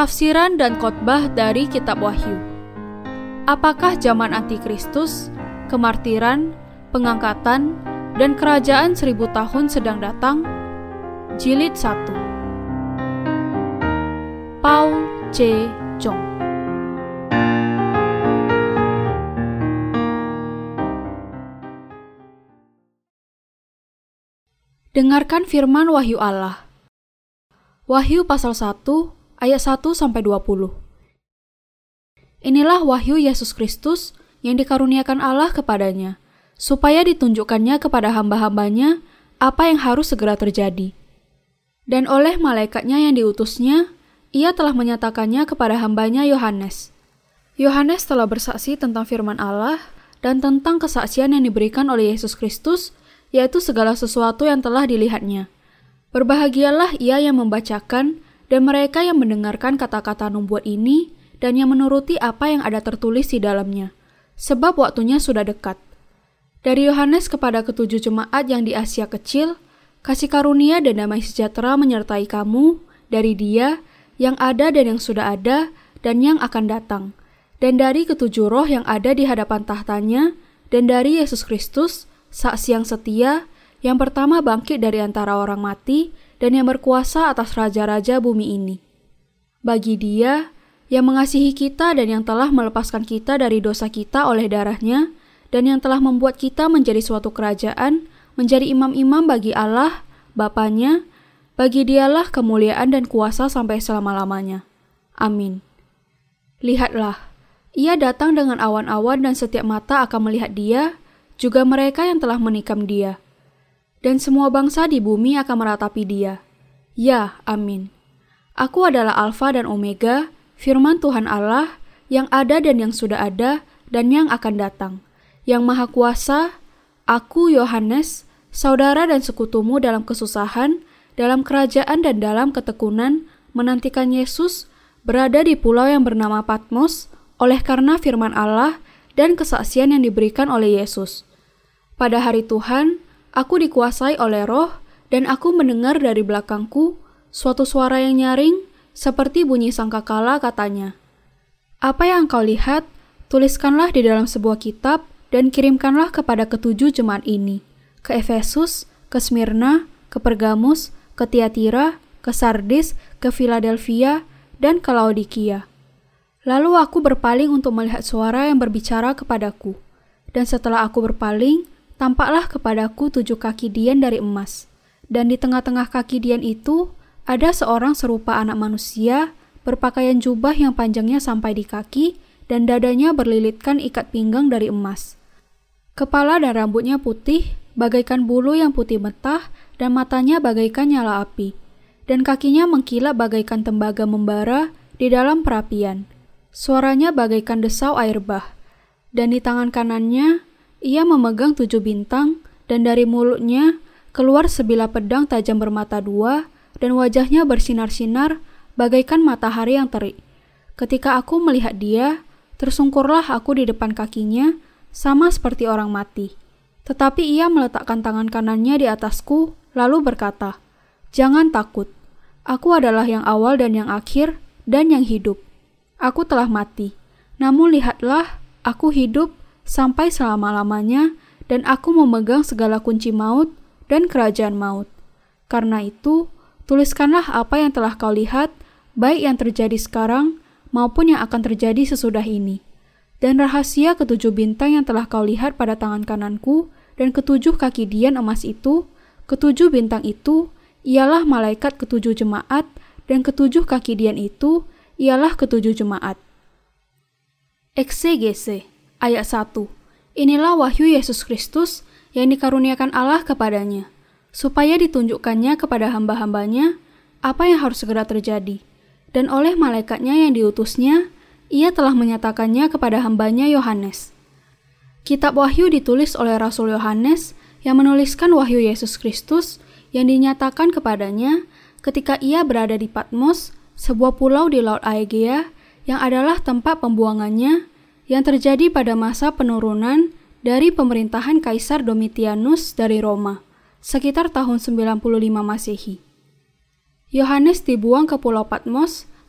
Tafsiran dan khotbah dari Kitab Wahyu. Apakah zaman Antikristus, kemartiran, pengangkatan, dan kerajaan 1000 tahun sedang datang? Jilid 1. Paul C. Jong. Dengarkan firman Wahyu Allah. Wahyu pasal 1 ayat 1-20. Inilah wahyu Yesus Kristus yang dikaruniakan Allah kepadanya, supaya ditunjukkannya kepada hamba-hambanya apa yang harus segera terjadi. Dan oleh malaikatnya yang diutusnya, ia telah menyatakannya kepada hambanya Yohanes. Yohanes telah bersaksi tentang firman Allah dan tentang kesaksian yang diberikan oleh Yesus Kristus, yaitu segala sesuatu yang telah dilihatnya. Berbahagialah ia yang membacakan dan mereka yang mendengarkan kata-kata nubuat ini dan yang menuruti apa yang ada tertulis di dalamnya, sebab waktunya sudah dekat. Dari Yohanes kepada ketujuh jemaat yang di Asia Kecil, kasih karunia dan damai sejahtera menyertai kamu dari Dia yang ada dan yang sudah ada dan yang akan datang, dan dari ketujuh roh yang ada di hadapan tahtanya, dan dari Yesus Kristus, saksi yang setia, yang pertama bangkit dari antara orang mati, dan yang berkuasa atas raja-raja bumi ini. Bagi Dia yang mengasihi kita dan yang telah melepaskan kita dari dosa kita oleh darahnya, dan yang telah membuat kita menjadi suatu kerajaan, menjadi imam-imam bagi Allah, Bapanya, bagi Dialah kemuliaan dan kuasa sampai selama-lamanya. Amin. Lihatlah, Ia datang dengan awan-awan dan setiap mata akan melihat Dia, juga mereka yang telah menikam Dia. Dan semua bangsa di bumi akan meratapi Dia. Ya, amin. Aku adalah Alfa dan Omega, firman Tuhan Allah, yang ada dan yang sudah ada, dan yang akan datang. Yang Maha Kuasa, aku Yohanes, saudara dan sekutumu dalam kesusahan, dalam kerajaan dan dalam ketekunan, menantikan Yesus, berada di pulau yang bernama Patmos, oleh karena firman Allah dan kesaksian yang diberikan oleh Yesus. Pada hari Tuhan, aku dikuasai oleh Roh, dan aku mendengar dari belakangku suatu suara yang nyaring, seperti bunyi sangkakala katanya, "Apa yang engkau lihat, tuliskanlah di dalam sebuah kitab, dan kirimkanlah kepada ketujuh jemaat ini, ke Efesus, ke Smyrna, ke Pergamus, ke Tiatira, ke Sardis, ke Philadelphia, dan ke Laodikia." Lalu aku berpaling untuk melihat suara yang berbicara kepadaku, dan setelah aku berpaling, tampaklah kepadaku 7 kaki dian dari emas, dan di tengah-tengah kaki dian itu ada seorang serupa anak manusia, berpakaian jubah yang panjangnya sampai di kaki, dan dadanya berlilitkan ikat pinggang dari emas. Kepala dan rambutnya putih, bagaikan bulu yang putih mentah, dan matanya bagaikan nyala api, dan kakinya mengkilap bagaikan tembaga membara di dalam perapian. Suaranya bagaikan desau air bah, dan di tangan kanannya ia memegang 7 bintang, dan dari mulutnya keluar sebilah pedang tajam bermata 2, dan wajahnya bersinar-sinar bagaikan matahari yang terik. Ketika aku melihat Dia, tersungkurlah aku di depan kakinya, sama seperti orang mati. Tetapi Ia meletakkan tangan kanannya di atasku, lalu berkata, "Jangan takut, aku adalah yang awal dan yang akhir, dan yang hidup. Aku telah mati, namun lihatlah, aku hidup sampai selama-lamanya, dan aku memegang segala kunci maut dan kerajaan maut. Karena itu, tuliskanlah apa yang telah kau lihat, baik yang terjadi sekarang, maupun yang akan terjadi sesudah ini. Dan rahasia ketujuh bintang yang telah kau lihat pada tangan kananku, dan ketujuh kaki dian emas itu, ketujuh bintang itu, ialah malaikat ketujuh jemaat, dan ketujuh kaki dian itu, ialah ketujuh jemaat." Eksegese. Ayat 1. Inilah wahyu Yesus Kristus yang dikaruniakan Allah kepadanya, supaya ditunjukkannya kepada hamba-hambanya apa yang harus segera terjadi. Dan oleh malaikatnya yang diutusnya, ia telah menyatakannya kepada hambanya Yohanes. Kitab Wahyu ditulis oleh Rasul Yohanes yang menuliskan wahyu Yesus Kristus yang dinyatakan kepadanya ketika ia berada di Patmos, sebuah pulau di Laut Aegea yang adalah tempat pembuangannya, yang terjadi pada masa penurunan dari pemerintahan Kaisar Domitianus dari Roma, sekitar tahun 95 Masehi. Yohanes dibuang ke Pulau Patmos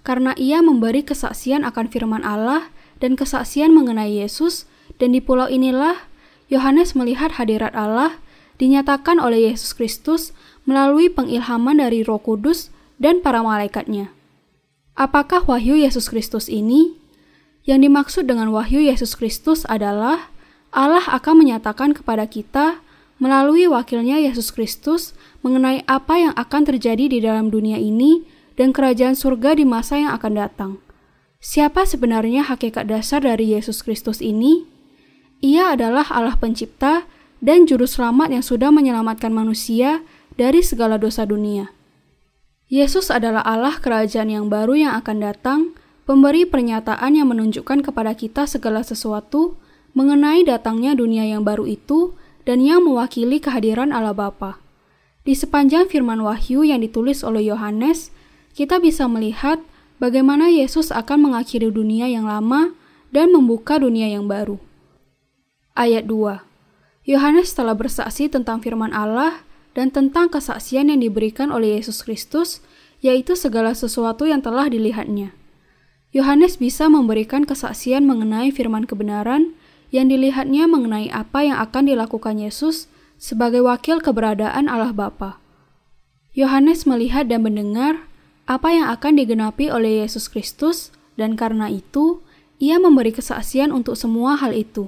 karena ia memberi kesaksian akan firman Allah dan kesaksian mengenai Yesus, dan di pulau inilah Yohanes melihat hadirat Allah dinyatakan oleh Yesus Kristus melalui pengilhaman dari Roh Kudus dan para malaikatnya. Apakah wahyu Yesus Kristus ini? Yang dimaksud dengan wahyu Yesus Kristus adalah Allah akan menyatakan kepada kita melalui wakilnya Yesus Kristus mengenai apa yang akan terjadi di dalam dunia ini dan kerajaan surga di masa yang akan datang. Siapa sebenarnya hakikat dasar dari Yesus Kristus ini? Ia adalah Allah pencipta dan juru selamat yang sudah menyelamatkan manusia dari segala dosa dunia. Yesus adalah Allah kerajaan yang baru yang akan datang, pemberi pernyataan yang menunjukkan kepada kita segala sesuatu mengenai datangnya dunia yang baru itu dan yang mewakili kehadiran Allah Bapa. Di sepanjang firman wahyu yang ditulis oleh Yohanes, kita bisa melihat bagaimana Yesus akan mengakhiri dunia yang lama dan membuka dunia yang baru. Ayat 2. Yohanes telah bersaksi tentang firman Allah dan tentang kesaksian yang diberikan oleh Yesus Kristus, yaitu segala sesuatu yang telah dilihatnya. Yohanes bisa memberikan kesaksian mengenai firman kebenaran yang dilihatnya mengenai apa yang akan dilakukan Yesus sebagai wakil keberadaan Allah Bapa. Yohanes melihat dan mendengar apa yang akan digenapi oleh Yesus Kristus, dan karena itu, ia memberi kesaksian untuk semua hal itu.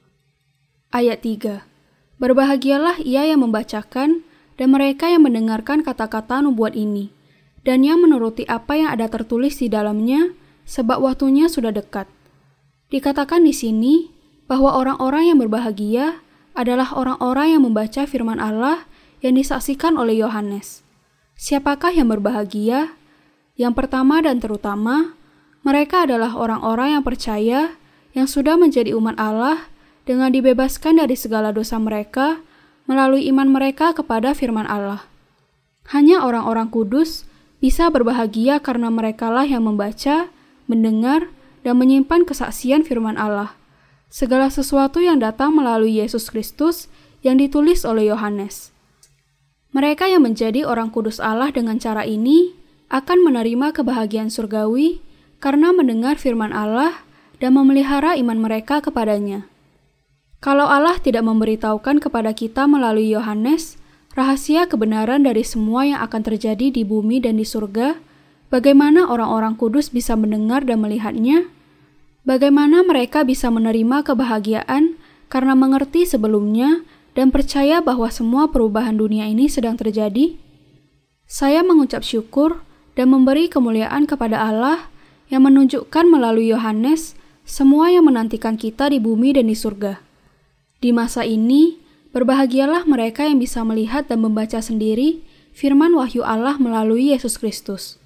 Ayat 3. Berbahagialah ia yang membacakan dan mereka yang mendengarkan kata-kata nubuat ini, dan yang menuruti apa yang ada tertulis di dalamnya, sebab waktunya sudah dekat. Dikatakan di sini bahwa orang-orang yang berbahagia adalah orang-orang yang membaca firman Allah yang disaksikan oleh Yohanes. Siapakah yang berbahagia? Yang pertama dan terutama, mereka adalah orang-orang yang percaya, yang sudah menjadi umat Allah dengan dibebaskan dari segala dosa mereka melalui iman mereka kepada firman Allah. Hanya orang-orang kudus bisa berbahagia karena merekalah yang membaca, mendengar, dan menyimpan kesaksian firman Allah. Segala sesuatu yang datang melalui Yesus Kristus yang ditulis oleh Yohanes. Mereka yang menjadi orang kudus Allah dengan cara ini akan menerima kebahagiaan surgawi karena mendengar firman Allah dan memelihara iman mereka kepadanya. Kalau Allah tidak memberitahukan kepada kita melalui Yohanes rahasia kebenaran dari semua yang akan terjadi di bumi dan di surga, bagaimana orang-orang kudus bisa mendengar dan melihatnya? Bagaimana mereka bisa menerima kebahagiaan karena mengerti sebelumnya dan percaya bahwa semua perubahan dunia ini sedang terjadi? Saya mengucap syukur dan memberi kemuliaan kepada Allah yang menunjukkan melalui Yohanes semua yang menantikan kita di bumi dan di surga. Di masa ini, berbahagialah mereka yang bisa melihat dan membaca sendiri firman wahyu Allah melalui Yesus Kristus.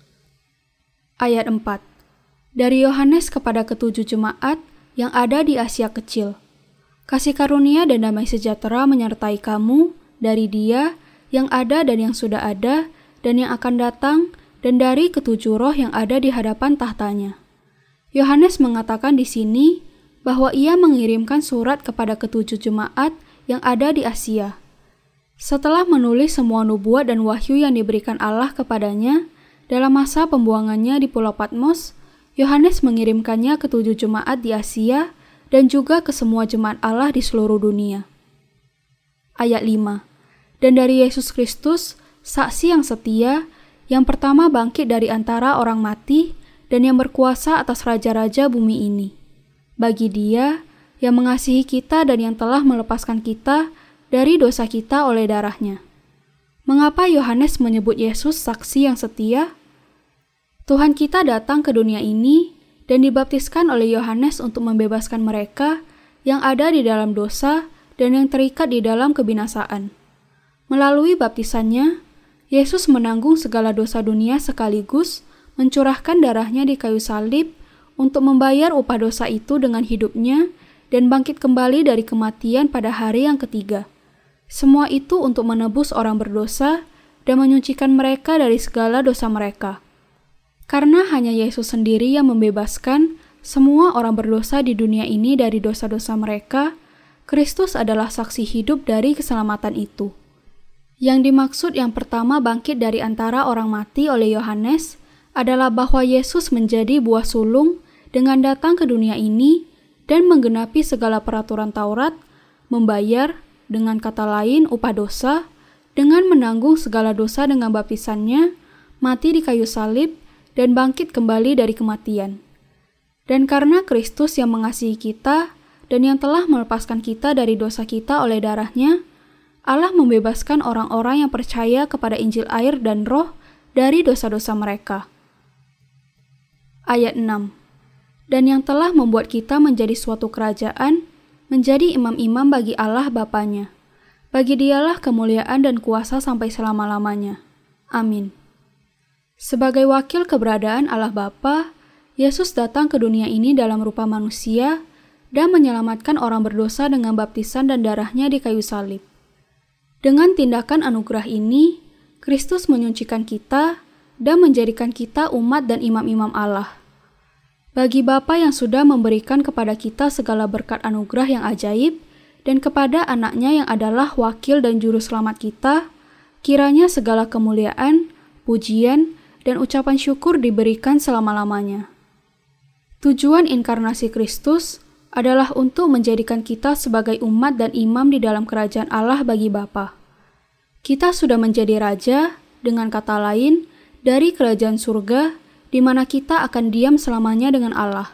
Ayat 4. Dari Yohanes kepada ketujuh jemaat yang ada di Asia Kecil. Kasih karunia dan damai sejahtera menyertai kamu dari Dia yang ada dan yang sudah ada dan yang akan datang, dan dari ketujuh roh yang ada di hadapan tahtanya. Yohanes mengatakan di sini bahwa ia mengirimkan surat kepada ketujuh jemaat yang ada di Asia. Setelah menulis semua nubuat dan wahyu yang diberikan Allah kepadanya dalam masa pembuangannya di Pulau Patmos, Yohanes mengirimkannya ke 7 jemaat di Asia dan juga ke semua jemaat Allah di seluruh dunia. Ayat 5. Dan dari Yesus Kristus, saksi yang setia, yang pertama bangkit dari antara orang mati dan yang berkuasa atas raja-raja bumi ini. Bagi Dia yang mengasihi kita dan yang telah melepaskan kita dari dosa kita oleh darah-Nya. Mengapa Yohanes menyebut Yesus saksi yang setia? Tuhan kita datang ke dunia ini dan dibaptiskan oleh Yohanes untuk membebaskan mereka yang ada di dalam dosa dan yang terikat di dalam kebinasaan. Melalui baptisannya, Yesus menanggung segala dosa dunia sekaligus mencurahkan darah-Nya di kayu salib untuk membayar upah dosa itu dengan hidupnya dan bangkit kembali dari kematian pada hari yang ketiga. Semua itu untuk menebus orang berdosa dan menyucikan mereka dari segala dosa mereka. Karena hanya Yesus sendiri yang membebaskan semua orang berdosa di dunia ini dari dosa-dosa mereka, Kristus adalah saksi hidup dari keselamatan itu. Yang dimaksud yang pertama bangkit dari antara orang mati oleh Yohanes adalah bahwa Yesus menjadi buah sulung dengan datang ke dunia ini dan menggenapi segala peraturan Taurat, membayar, dengan kata lain, upah dosa, dengan menanggung segala dosa dengan baptisannya, mati di kayu salib, dan bangkit kembali dari kematian. Dan karena Kristus yang mengasihi kita dan yang telah melepaskan kita dari dosa kita oleh darahnya, Allah membebaskan orang-orang yang percaya kepada Injil air dan Roh dari dosa-dosa mereka. Ayat 6. Dan yang telah membuat kita menjadi suatu kerajaan, menjadi imam-imam bagi Allah Bapanya. Bagi Dialah kemuliaan dan kuasa sampai selama-lamanya. Amin. Sebagai wakil keberadaan Allah Bapa, Yesus datang ke dunia ini dalam rupa manusia dan menyelamatkan orang berdosa dengan baptisan dan darahnya di kayu salib. Dengan tindakan anugerah ini, Kristus menyucikan kita dan menjadikan kita umat dan imam-imam Allah. Bagi Bapa yang sudah memberikan kepada kita segala berkat anugerah yang ajaib, dan kepada anaknya yang adalah wakil dan juru selamat kita, kiranya segala kemuliaan, pujian, dan ucapan syukur diberikan selama-lamanya. Tujuan inkarnasi Kristus adalah untuk menjadikan kita sebagai umat dan imam di dalam kerajaan Allah bagi Bapa. Kita sudah menjadi raja, dengan kata lain, dari kerajaan surga, di mana kita akan diam selamanya dengan Allah.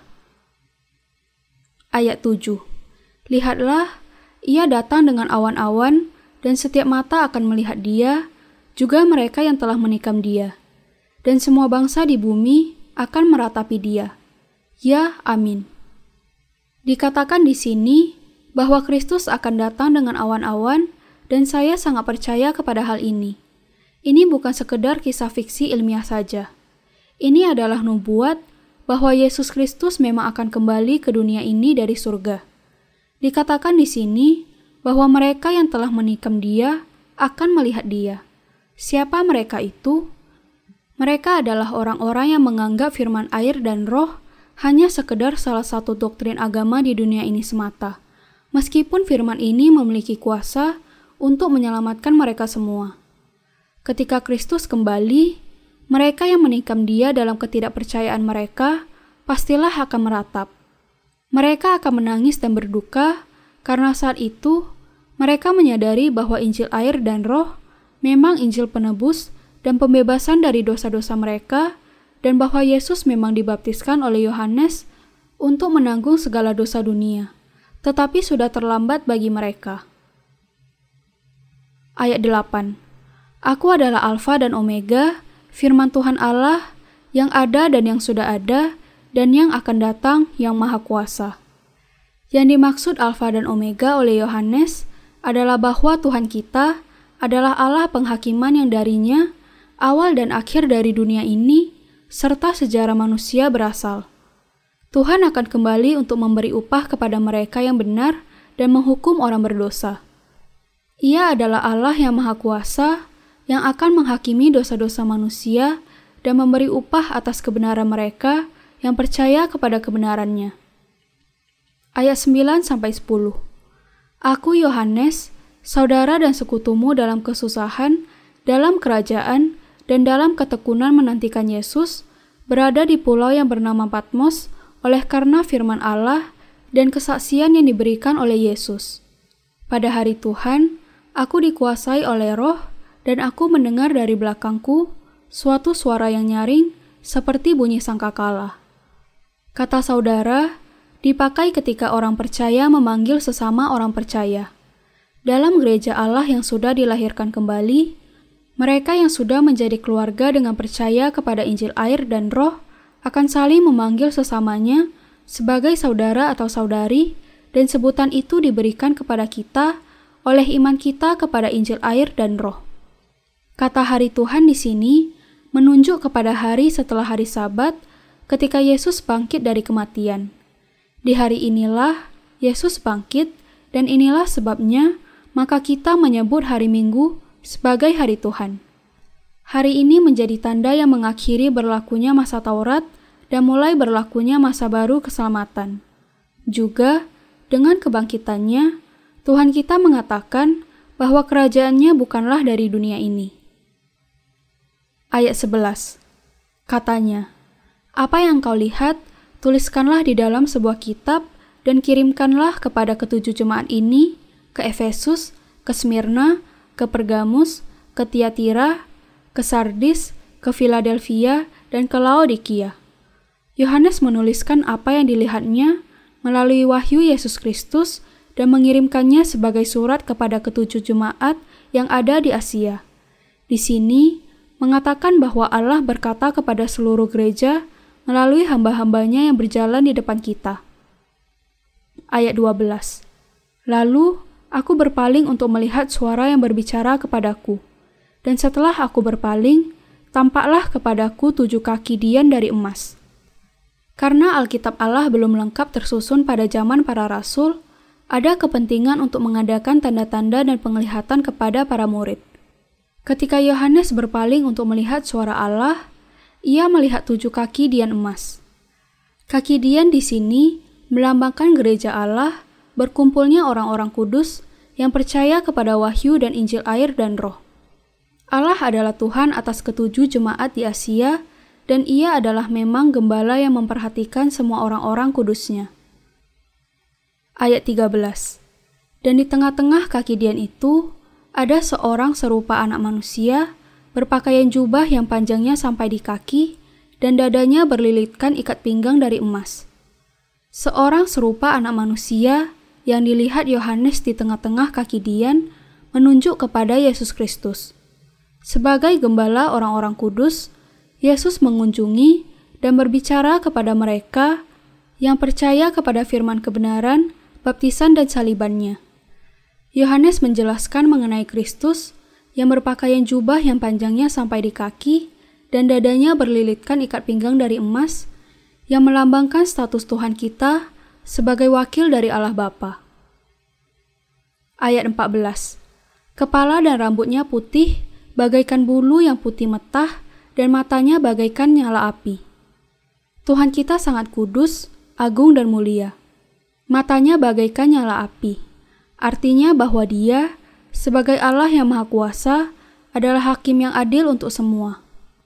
Ayat 7. Lihatlah, Ia datang dengan awan-awan, dan setiap mata akan melihat Dia, juga mereka yang telah menikam Dia. Dan semua bangsa di bumi akan meratapi Dia. Ya, amin. Dikatakan di sini bahwa Kristus akan datang dengan awan-awan, dan saya sangat percaya kepada hal ini. Ini bukan sekedar kisah fiksi ilmiah saja. Ini adalah nubuat bahwa Yesus Kristus memang akan kembali ke dunia ini dari surga. Dikatakan di sini bahwa mereka yang telah menikam Dia akan melihat Dia. Siapa mereka itu? Mereka adalah orang-orang yang menganggap firman air dan Roh hanya sekedar salah satu doktrin agama di dunia ini semata, meskipun firman ini memiliki kuasa untuk menyelamatkan mereka semua. Ketika Kristus kembali, mereka yang menikam Dia dalam ketidakpercayaan mereka pastilah akan meratap. Mereka akan menangis dan berduka karena saat itu mereka menyadari bahwa Injil air dan Roh memang Injil penebus dan pembebasan dari dosa-dosa mereka, dan bahwa Yesus memang dibaptiskan oleh Yohanes untuk menanggung segala dosa dunia, tetapi sudah terlambat bagi mereka. Ayat 8. Aku adalah Alfa dan Omega, firman Tuhan Allah, yang ada dan yang sudah ada, dan yang akan datang, yang Maha Kuasa. Yang dimaksud Alfa dan Omega oleh Yohanes adalah bahwa Tuhan kita adalah Allah penghakiman yang darinya awal dan akhir dari dunia ini, serta sejarah manusia berasal. Tuhan akan kembali untuk memberi upah kepada mereka yang benar dan menghukum orang berdosa. Ia adalah Allah yang Maha Kuasa, yang akan menghakimi dosa-dosa manusia dan memberi upah atas kebenaran mereka yang percaya kepada kebenarannya. Ayat 9-10. Aku Yohanes, saudara dan sekutumu dalam kesusahan, dalam kerajaan, dan dalam ketekunan menantikan Yesus, berada di pulau yang bernama Patmos oleh karena firman Allah dan kesaksian yang diberikan oleh Yesus. Pada hari Tuhan, aku dikuasai oleh Roh, dan aku mendengar dari belakangku suatu suara yang nyaring seperti bunyi sangkakala. Kata saudara dipakai ketika orang percaya memanggil sesama orang percaya. Dalam gereja Allah yang sudah dilahirkan kembali, mereka yang sudah menjadi keluarga dengan percaya kepada Injil air dan Roh akan saling memanggil sesamanya sebagai saudara atau saudari, dan sebutan itu diberikan kepada kita oleh iman kita kepada Injil air dan Roh. Kata hari Tuhan di sini menunjuk kepada hari setelah hari Sabat ketika Yesus bangkit dari kematian. Di hari inilah Yesus bangkit, dan inilah sebabnya maka kita menyebut hari Minggu sebagai hari Tuhan. Hari ini menjadi tanda yang mengakhiri berlakunya masa Taurat dan mulai berlakunya masa baru keselamatan. Juga dengan kebangkitannya, Tuhan kita mengatakan bahwa kerajaannya bukanlah dari dunia ini. Ayat 11. Katanya, "Apa yang kau lihat, tuliskanlah di dalam sebuah kitab dan kirimkanlah kepada ketujuh jemaat ini, ke Efesus, ke Smyrna, ke Pergamus, ke Tiatira, ke Sardis, ke Philadelphia, dan ke Laodikia." Yohanes menuliskan apa yang dilihatnya melalui wahyu Yesus Kristus dan mengirimkannya sebagai surat kepada ketujuh jemaat yang ada di Asia. Di sini, mengatakan bahwa Allah berkata kepada seluruh gereja melalui hamba-hambanya yang berjalan di depan kita. Ayat 12. Lalu, aku berpaling untuk melihat suara yang berbicara kepadaku. Dan setelah aku berpaling, tampaklah kepadaku 7 kaki dian dari emas. Karena Alkitab Allah belum lengkap tersusun pada zaman para rasul, ada kepentingan untuk mengadakan tanda-tanda dan penglihatan kepada para murid. Ketika Yohanes berpaling untuk melihat suara Allah, ia melihat 7 kaki dian emas. Kaki dian di sini melambangkan gereja Allah, berkumpulnya orang-orang kudus yang percaya kepada wahyu dan Injil air dan roh. Allah adalah Tuhan atas ketujuh jemaat di Asia, dan ia adalah memang gembala yang memperhatikan semua orang-orang kudusnya. Ayat 13. Dan di tengah-tengah kaki dian itu, ada seorang serupa anak manusia, berpakaian jubah yang panjangnya sampai di kaki, dan dadanya berlilitkan ikat pinggang dari emas. Seorang serupa anak manusia yang dilihat Yohanes di tengah-tengah kaki dian menunjuk kepada Yesus Kristus. Sebagai gembala orang-orang kudus, Yesus mengunjungi dan berbicara kepada mereka yang percaya kepada firman kebenaran, baptisan dan salibannya. Yohanes menjelaskan mengenai Kristus yang berpakaian jubah yang panjangnya sampai di kaki dan dadanya berlilitkan ikat pinggang dari emas, yang melambangkan status Tuhan kita sebagai wakil dari Allah Bapa. Ayat 14. Kepala dan rambutnya putih bagaikan bulu yang putih metah dan matanya bagaikan nyala api. Tuhan kita sangat kudus, agung dan mulia. Matanya bagaikan nyala api. Artinya bahwa Dia, sebagai Allah yang Maha Kuasa, adalah hakim yang adil untuk semua.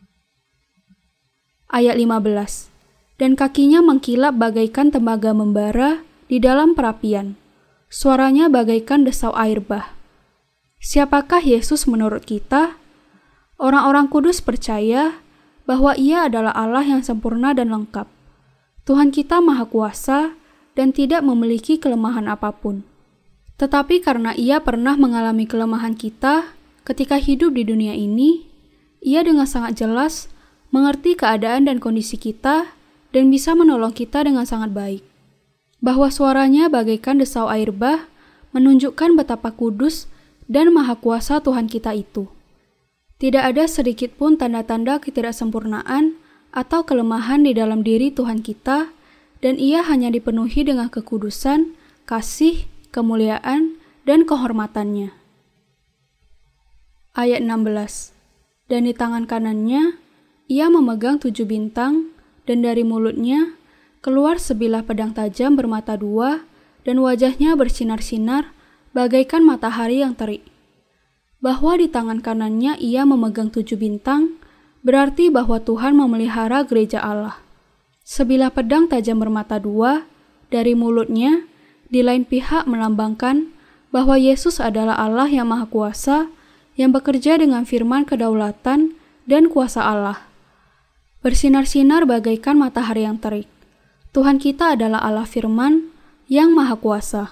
Ayat 15. Dan kakinya mengkilap bagaikan tembaga membara di dalam perapian. Suaranya bagaikan desau air bah. Siapakah Yesus menurut kita? Orang-orang kudus percaya bahwa Ia adalah Allah yang sempurna dan lengkap. Tuhan kita Maha Kuasa dan tidak memiliki kelemahan apapun. Tetapi karena Ia pernah mengalami kelemahan kita ketika hidup di dunia ini, Ia dengan sangat jelas mengerti keadaan dan kondisi kita dan bisa menolong kita dengan sangat baik. Bahwa suaranya bagaikan desau air bah menunjukkan betapa kudus dan maha kuasa Tuhan kita itu. Tidak ada sedikit pun tanda-tanda ketidaksempurnaan atau kelemahan di dalam diri Tuhan kita, dan Ia hanya dipenuhi dengan kekudusan, kasih, kemuliaan, dan kehormatannya. Ayat 16. Dan di tangan kanannya, Ia memegang 7 bintang, dan dari mulutnya keluar sebilah pedang tajam bermata 2, dan wajahnya bersinar-sinar bagaikan matahari yang terik. Bahwa di tangan kanannya Ia memegang 7 bintang, berarti bahwa Tuhan memelihara gereja Allah. Sebilah pedang tajam bermata 2 dari mulutnya, di lain pihak melambangkan bahwa Yesus adalah Allah yang Maha Kuasa, yang bekerja dengan firman kedaulatan dan kuasa Allah. Bersinar-sinar bagaikan matahari yang terik. Tuhan kita adalah Allah firman yang Maha Kuasa.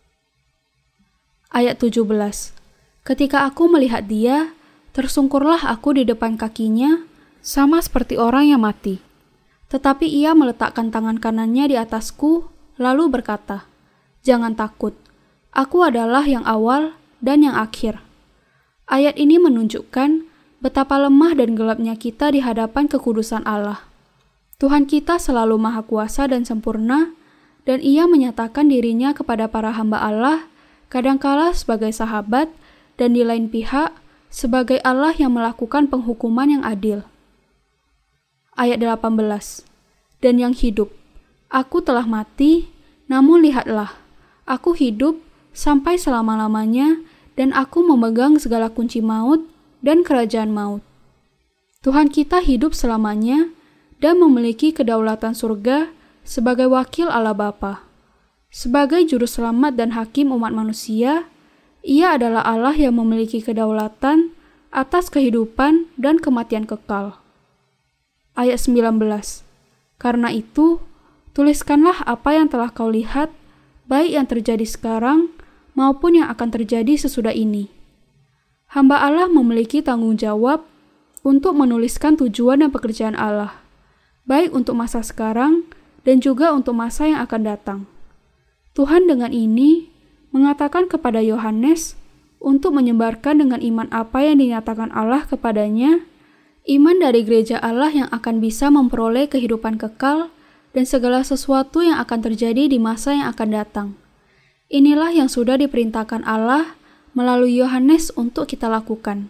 Ayat 17. Ketika aku melihat Dia, tersungkurlah aku di depan kakinya, sama seperti orang yang mati. Tetapi Ia meletakkan tangan kanannya di atasku, lalu berkata, "Jangan takut, aku adalah yang awal dan yang akhir." Ayat ini menunjukkan betapa lemah dan gelapnya kita di hadapan kekudusan Allah. Tuhan kita selalu maha kuasa dan sempurna, dan Ia menyatakan dirinya kepada para hamba Allah, kadangkala sebagai sahabat, dan di lain pihak, sebagai Allah yang melakukan penghukuman yang adil. Ayat 18. Dan yang hidup, aku telah mati, namun lihatlah, aku hidup sampai selama-lamanya, dan aku memegang segala kunci maut dan kerajaan maut. Tuhan kita hidup selamanya, dan memiliki kedaulatan surga sebagai wakil Allah Bapa. Sebagai juru selamat dan hakim umat manusia, Ia adalah Allah yang memiliki kedaulatan atas kehidupan dan kematian kekal. Ayat 19. Karena itu, tuliskanlah apa yang telah kau lihat, baik yang terjadi sekarang maupun yang akan terjadi sesudah ini. Hamba Allah memiliki tanggung jawab untuk menuliskan tujuan dan pekerjaan Allah, baik untuk masa sekarang dan juga untuk masa yang akan datang. Tuhan dengan ini mengatakan kepada Yohanes untuk menyebarkan dengan iman apa yang dinyatakan Allah kepadanya, iman dari gereja Allah yang akan bisa memperoleh kehidupan kekal dan segala sesuatu yang akan terjadi di masa yang akan datang. Inilah yang sudah diperintahkan Allah melalui Yohanes untuk kita lakukan.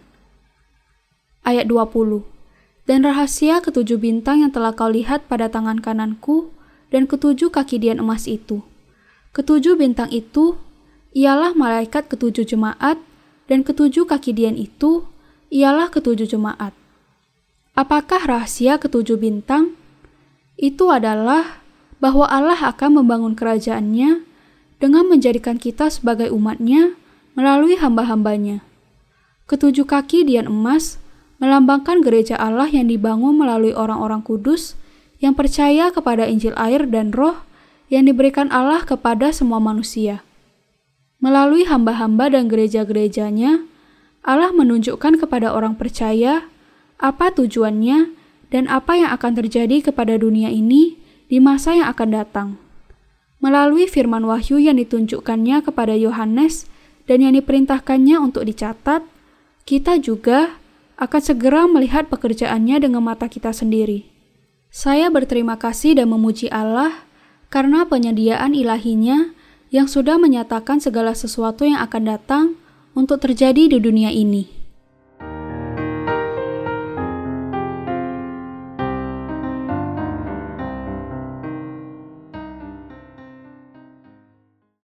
Ayat 20. Dan rahasia ketujuh bintang yang telah kau lihat pada tangan kananku dan ketujuh kaki dian emas itu. Ketujuh bintang itu ialah malaikat ketujuh jemaat dan ketujuh kaki dian itu ialah ketujuh jemaat. Apakah rahasia ketujuh bintang? Itu adalah bahwa Allah akan membangun kerajaannya dengan menjadikan kita sebagai umatnya melalui hamba-hambanya. Ketujuh kaki dian emas melambangkan gereja Allah yang dibangun melalui orang-orang kudus yang percaya kepada Injil air dan roh yang diberikan Allah kepada semua manusia. Melalui hamba-hamba dan gereja-gerejanya, Allah menunjukkan kepada orang percaya apa tujuannya dan apa yang akan terjadi kepada dunia ini di masa yang akan datang. Melalui firman wahyu yang ditunjukkannya kepada Yohanes dan yang diperintahkannya untuk dicatat, kita juga akan segera melihat pekerjaannya dengan mata kita sendiri. Saya berterima kasih dan memuji Allah karena penyediaan ilahinya yang sudah menyatakan segala sesuatu yang akan datang untuk terjadi di dunia ini.